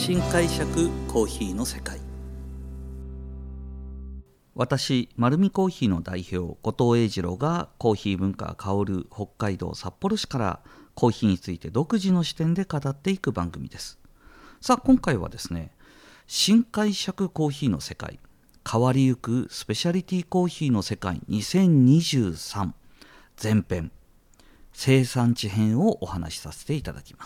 新解釈コーヒーの世界。私丸見コーヒーの代表後藤英二郎がコーヒー文化香る北海道札幌市からコーヒーについて独自の視点で語っていく番組です。さあ今回はですね、新解釈コーヒーの世界、変わりゆくスペシャリティコーヒーの世界2023前編生産地編をお話しさせていただきます。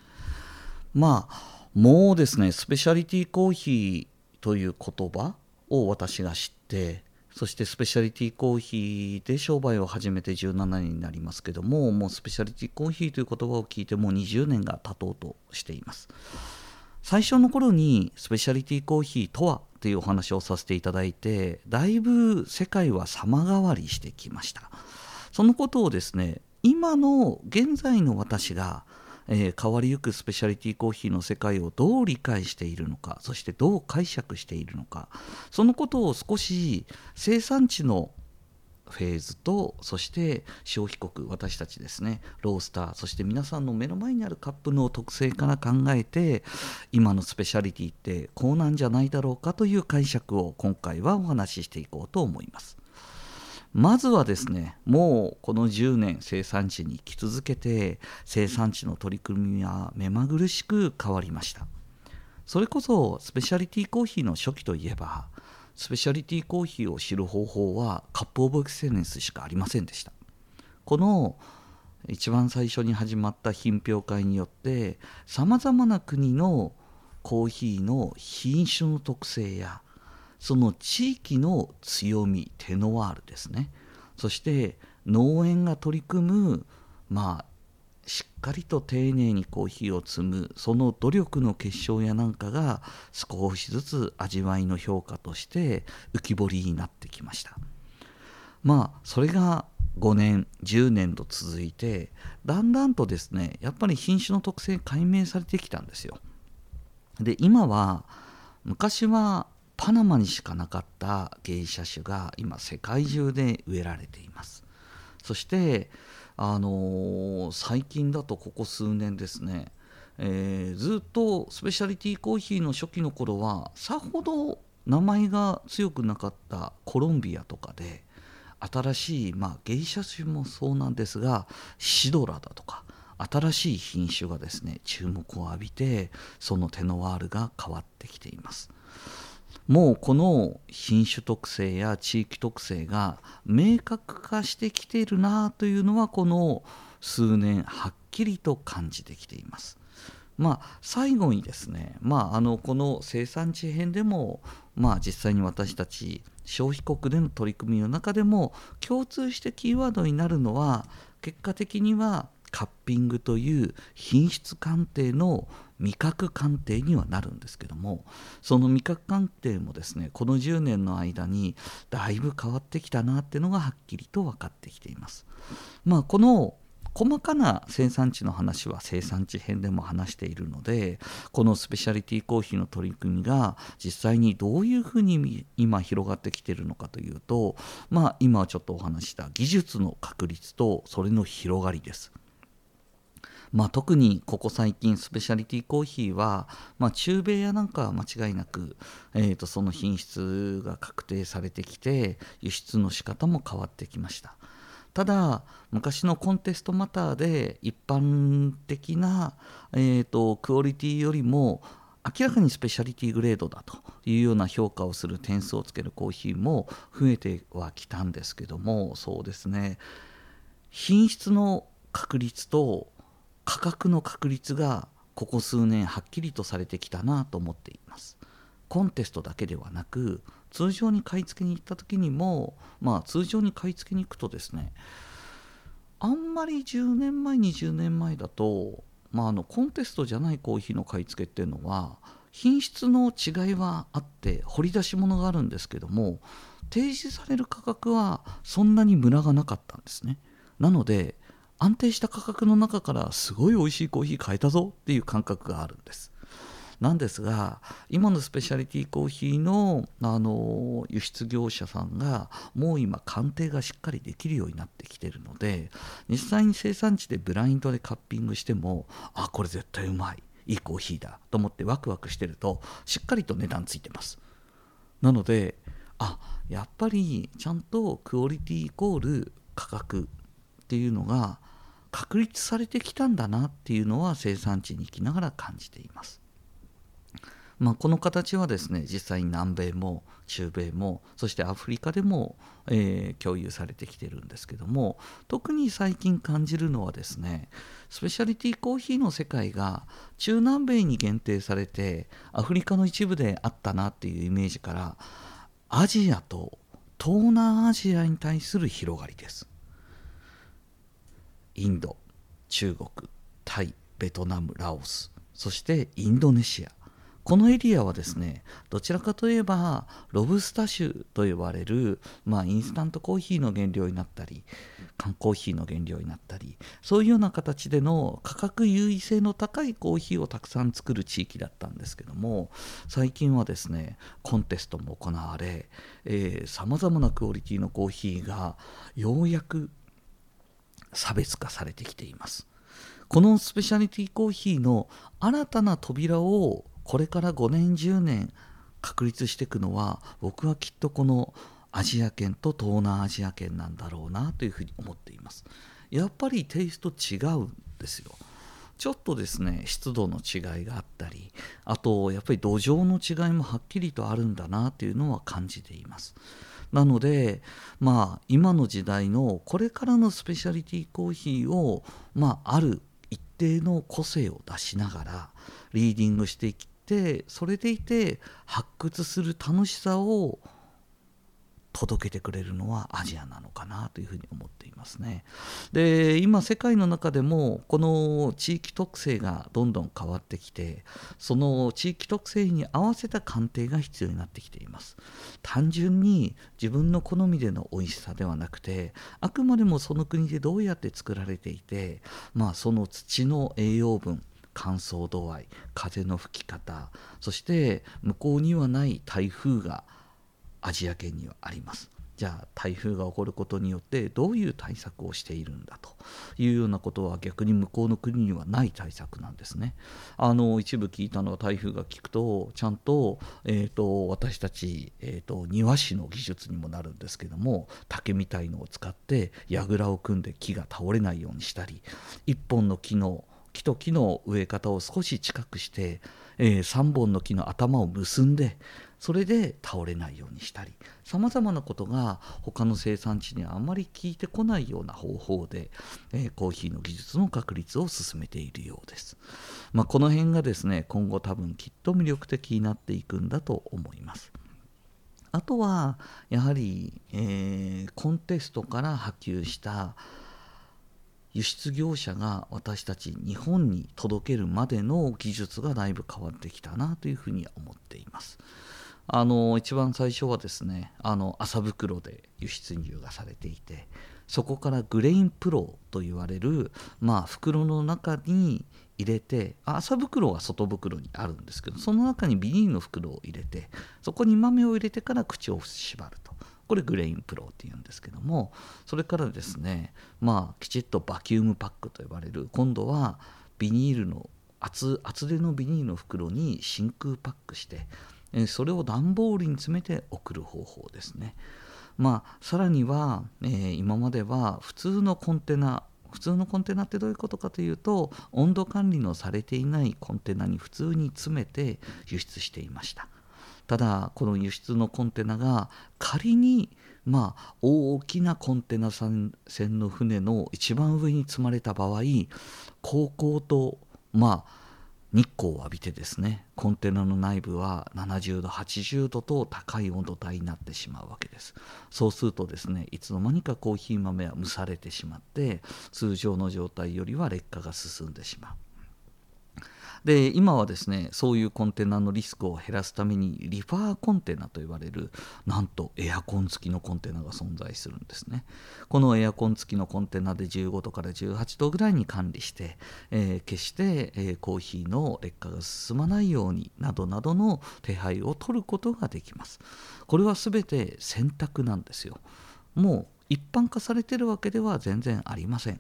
もうですね、スペシャリティコーヒーという言葉を私が知って、そしてスペシャリティコーヒーで商売を始めて17年になりますけども、もうスペシャリティコーヒーという言葉を聞いてもう20年が経とうとしています。最初の頃にスペシャリティコーヒーとはというお話をさせていただいて、だいぶ世界は様変わりしてきました。そのことをですね、今の現在の私が変わりゆくスペシャリティコーヒーの世界をどう理解しているのか、そしてどう解釈しているのか、そのことを少し生産地のフェーズと、そして消費国、私たちですね、ロースター、そして皆さんの目の前にあるカップの特性から考えて、今のスペシャリティってこうなんじゃないだろうかという解釈を今回はお話ししていこうと思います。まずはですね、もうこの10年生産地に生き続けて、生産地の取り組みは目まぐるしく変わりました。それこそスペシャリティコーヒーの初期といえば、スペシャリティコーヒーを知る方法はカップオブエクセレンスしかありませんでした。この一番最初に始まった品評会によってさまざまな国のコーヒーの品種の特性やその地域の強み、テノワールですね、そして農園が取り組む、しっかりと丁寧にコーヒーを摘むその努力の結晶やなんかが少しずつ味わいの評価として浮き彫りになってきました。それが5年10年と続いて、だんだんとですね、やっぱり品種の特性解明されてきたんですよ。で、今は昔はパナマにしかなかった芸者種が今世界中で植えられています。そして最近だとここ数年ですね、ずっとスペシャリティコーヒーの初期の頃はさほど名前が強くなかったコロンビアとかで新しい、芸者種もそうなんですが、シドラだとか新しい品種がですね注目を浴びて、そのテノワールが変わってきています。もうこの品種特性や地域特性が明確化してきているなというのはこの数年はっきりと感じてきています。最後にですね、この生産地編でも、実際に私たち消費国での取り組みの中でも共通してキーワードになるのは、結果的にはカッピングという品質鑑定の味覚鑑定にはなるんですけども、その味覚鑑定もですね、この10年の間にだいぶ変わってきたなっていうのがはっきりと分かってきています。この細かな生産地の話は生産地編でも話しているので、このスペシャリティコーヒーの取り組みが実際にどういうふうに今広がってきているのかというと、今ちょっとお話した技術の確立とそれの広がりです。特にここ最近スペシャリティコーヒーは、中米やなんかは間違いなく、その品質が確定されてきて輸出の仕方も変わってきました。ただ昔のコンテストマターで一般的な、クオリティよりも明らかにスペシャリティグレードだというような評価をする点数をつけるコーヒーも増えてはきたんですけども、そうですね、品質の確率と価格の確率がここ数年はっきりとされてきたなと思っています。コンテストだけではなく、通常に買い付けに行った時にも、通常に買い付けに行くとですね、あんまり10年前20年前だと、コンテストじゃないコーヒーの買い付けっていうのは品質の違いはあって掘り出し物があるんですけども、提示される価格はそんなにムラがなかったんですね。なので安定した価格の中からすごい美味しいコーヒー買えたぞっていう感覚があるんです。なんですが、今のスペシャリティコーヒーの、輸出業者さんがもう今鑑定がしっかりできるようになってきているので、実際に生産地でブラインドでカッピングしても、これ絶対うまい、 いいコーヒーだと思ってワクワクしてるとしっかりと値段ついてます。なのでやっぱりちゃんとクオリティイコール価格っていうのが確立されてきたんだなっていうのは生産地に行きながら感じています。この形はですね、実際に南米も中米もそしてアフリカでも、共有されてきてるんですけども、特に最近感じるのはですね、スペシャリティコーヒーの世界が中南米に限定されてアフリカの一部であったなっていうイメージからアジアと東南アジアに対する広がりです。インド、中国、タイ、ベトナム、ラオス、そしてインドネシア、このエリアはですね、どちらかといえばロブスタ種と呼ばれる、インスタントコーヒーの原料になったり缶コーヒーの原料になったり、そういうような形での価格優位性の高いコーヒーをたくさん作る地域だったんですけども、最近はですねコンテストも行われさまざまなクオリティのコーヒーがようやく差別化されてきています。このスペシャリティコーヒーの新たな扉をこれから5年10年確立していくのは、僕はきっとこのアジア圏と東南アジア圏なんだろうなというふうに思っています。やっぱりテイスト違うんですよ。ちょっとですね湿度の違いがあったり、あとやっぱり土壌の違いもはっきりとあるんだなというのは感じています。なので今の時代のこれからのスペシャリティコーヒーをある一定の個性を出しながらリーディングしていって、それでいて発掘する楽しさを届けてくれるのはアジアなのかなというふうに思っていますね。で、今世界の中でもこの地域特性がどんどん変わってきて、その地域特性に合わせた鑑定が必要になってきています。単純に自分の好みでの美味しさではなくて、あくまでもその国でどうやって作られていて、その土の栄養分、乾燥度合い、風の吹き方、そして向こうにはない台風がアジア圏にはあります。じゃあ台風が起こることによってどういう対策をしているんだというようなことは逆に向こうの国にはない対策なんですね。一部聞いたのは、台風が来くとちゃんと、私たち、庭師の技術にもなるんですけども、竹みたいのを使って櫓を組んで木が倒れないようにしたり、一本の木と木の植え方を少し近くして、3本の木の頭を結んで、それで倒れないようにしたり、さまざまなことが他の生産地にはあまり効いてこないような方法で、コーヒーの技術の確立を進めているようです。この辺がですね、今後多分きっと魅力的になっていくんだと思います。あとはやはり、コンテストから波及した輸出業者が私たち日本に届けるまでの技術がだいぶ変わってきたなというふうに思っています。一番最初はですね、麻袋で輸出入がされていて、そこからグレインプロと言われる、袋の中に入れて、麻袋は外袋にあるんですけど、その中にビニールの袋を入れて、そこに豆を入れてから口を縛ると、これグレインプロっていうんですけども、それからですね、きちっとバキュームパックと呼ばれる、今度はビニールの厚手のビニールの袋に真空パックして、それを段ボールに詰めて送る方法ですね。さらには、今までは普通のコンテナってどういうことかというと、温度管理のされていないコンテナに普通に詰めて輸出していました。ただこの輸出のコンテナが仮に大きなコンテナ船の船の一番上に積まれた場合、航行と日光を浴びてですね、コンテナの内部は70度80度と高い温度帯になってしまうわけです。そうするとですね、いつの間にかコーヒー豆は蒸されてしまって、通常の状態よりは劣化が進んでしまう。で、今はですね、そういうコンテナのリスクを減らすためにリファーコンテナと言われる、なんとエアコン付きのコンテナが存在するんですね。このエアコン付きのコンテナで15度から18度ぐらいに管理して、決して、コーヒーの劣化が進まないようになどなどの手配を取ることができます。これは全て選択なんですよ。もう一般化されているわけでは全然ありません。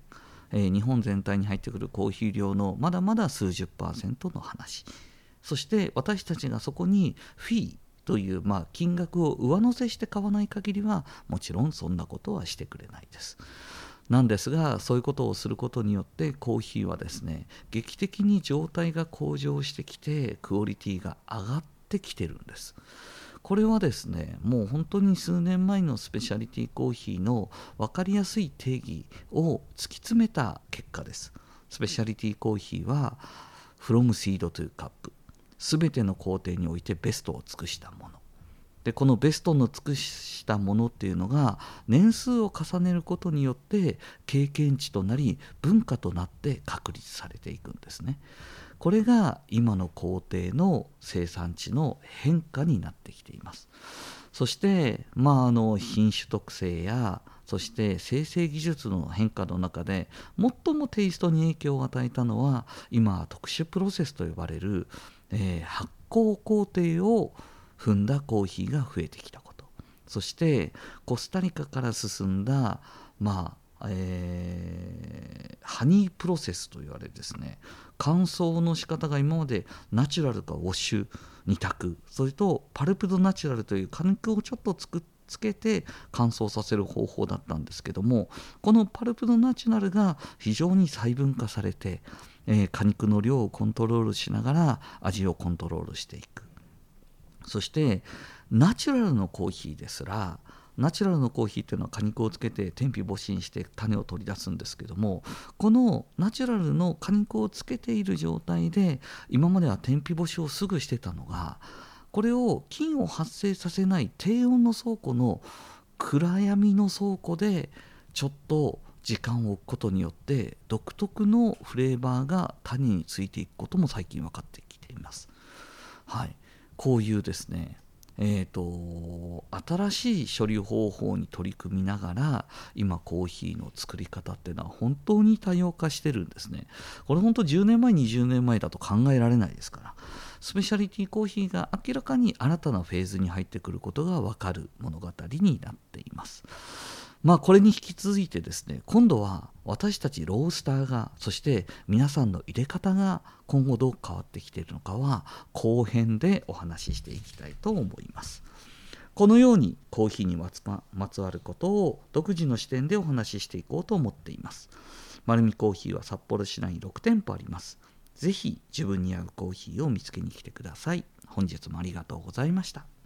日本全体に入ってくるコーヒー量のまだまだ数十%の話、そして私たちがそこにフィーという、金額を上乗せして買わない限りはもちろんそんなことはしてくれないです。なんですが、そういうことをすることによってコーヒーはですね、劇的に状態が向上してきてクオリティが上がってきてるんです。これはですね、もう本当に数年前のスペシャリティコーヒーの分かりやすい定義を突き詰めた結果です。スペシャリティコーヒーは from seed to cup、 すべての工程においてベストを尽くしたもので、このベストの尽くしたものっていうのが年数を重ねることによって経験値となり文化となって確立されていくんですね。これが今の工程の生産地の変化になってきています。そして、品種特性やそして生成技術の変化の中で最もテイストに影響を与えたのは、今特殊プロセスと呼ばれる、発酵工程を踏んだコーヒーが増えてきたこと、そしてコスタリカから進んだ、ハニープロセスと言われるですね、乾燥の仕方が今までナチュラルかウォッシュ2択、それとパルプドナチュラルという果肉をちょっとつけて乾燥させる方法だったんですけども、このパルプドナチュラルが非常に細分化されて、果肉の量をコントロールしながら味をコントロールしていく。そしてナチュラルのコーヒーですら、ナチュラルのコーヒーというのは果肉をつけて天日干しにして種を取り出すんですけども、このナチュラルの果肉をつけている状態で今までは天日干しをすぐしてたのが、これを菌を発生させない低温の倉庫の暗闇の倉庫でちょっと時間を置くことによって独特のフレーバーが種についていくことも最近分かってきています。はい、こういうですね、新しい処理方法に取り組みながら今コーヒーの作り方っていうのは本当に多様化してるんですね。これ本当10年前20年前だと考えられないですから、スペシャリティコーヒーが明らかに新たなフェーズに入ってくることが分かる物語になっています。これに引き続いてですね、今度は私たちロースターが、そして皆さんの入れ方が今後どう変わってきているのかは後編でお話ししていきたいと思います。このようにコーヒーにまつわることを独自の視点でお話ししていこうと思っています。丸見コーヒーは札幌市内に6店舗あります。ぜひ自分に合うコーヒーを見つけに来てください。本日もありがとうございました。